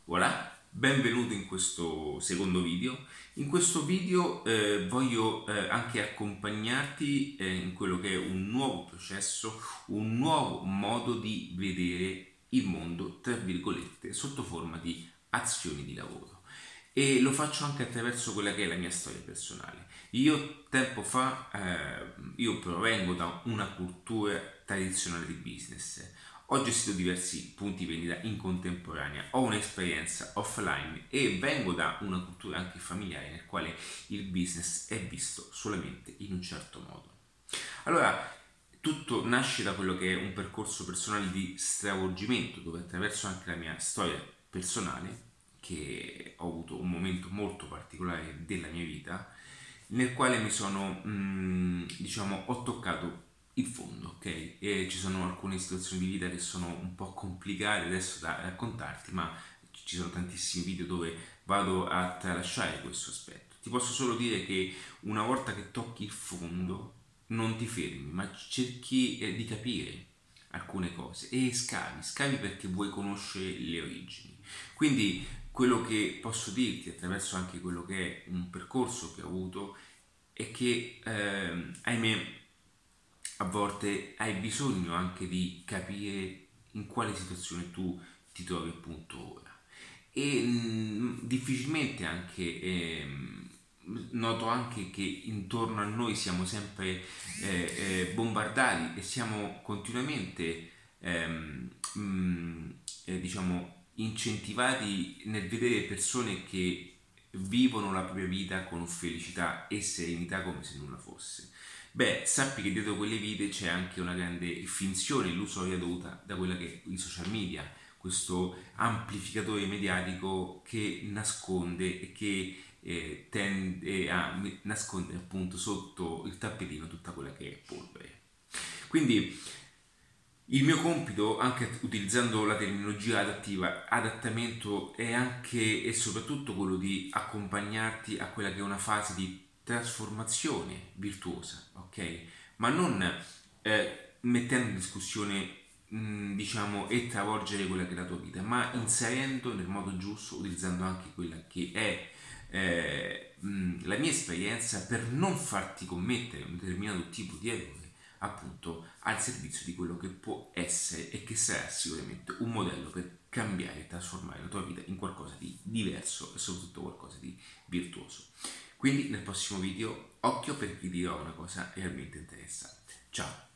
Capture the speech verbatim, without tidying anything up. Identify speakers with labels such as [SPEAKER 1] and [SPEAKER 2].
[SPEAKER 1] Voilà, benvenuto in questo secondo video. In questo video eh, voglio eh, anche accompagnarti eh, in quello che è un nuovo processo, un nuovo modo di vedere il mondo, tra virgolette, sotto forma di azioni di lavoro. E lo faccio anche attraverso quella che è la mia storia personale. Io tempo fa, eh, io provengo da una cultura tradizionale di business. Ho gestito diversi punti vendita in contemporanea, ho un'esperienza offline e vengo da una cultura anche familiare nel quale il business è visto solamente in un certo modo. Allora, tutto nasce da quello che è un percorso personale di stravolgimento, dove attraverso anche la mia storia personale, che ho avuto un momento molto particolare della mia vita, nel quale mi sono, mh, diciamo, ho toccato il fondo, ok? E ci sono alcune situazioni di vita che sono un po' complicate adesso da raccontarti, ma ci sono tantissimi video dove vado a tralasciare questo aspetto. Ti posso solo dire che una volta che tocchi il fondo, non ti fermi, ma cerchi eh, di capire alcune cose e scavi, scavi perché vuoi conoscere le origini. Quindi quello che posso dirti attraverso anche quello che è un percorso che ho avuto è che ehm, ahimè a volte hai bisogno anche di capire in quale situazione tu ti trovi appunto ora e mh, difficilmente anche ehm, noto anche che intorno a noi siamo sempre eh, eh, bombardati e siamo continuamente ehm, mh, eh, diciamo incentivati nel vedere persone che vivono la propria vita con felicità e serenità come se nulla fosse. Beh, sappi che dietro quelle vite c'è anche una grande finzione illusoria dovuta da quella che è i social media, questo amplificatore mediatico che nasconde e che eh, tende a nascondere appunto sotto il tappetino tutta quella che è polvere. Quindi il mio compito, anche utilizzando la terminologia adattiva, adattamento è anche e soprattutto quello di accompagnarti a quella che è una fase di trasformazione virtuosa, ok? Ma non eh, mettendo in discussione, mh, diciamo, e travolgere quella che è la tua vita, ma inserendo nel modo giusto, utilizzando anche quella che è eh, mh, la mia esperienza per non farti commettere un determinato tipo di errore appunto al servizio di quello che può essere e che sarà sicuramente un modello per cambiare e trasformare la tua vita in qualcosa di diverso e soprattutto qualcosa di virtuoso. Quindi nel prossimo video occhio perché ti dirò una cosa realmente interessante. Ciao!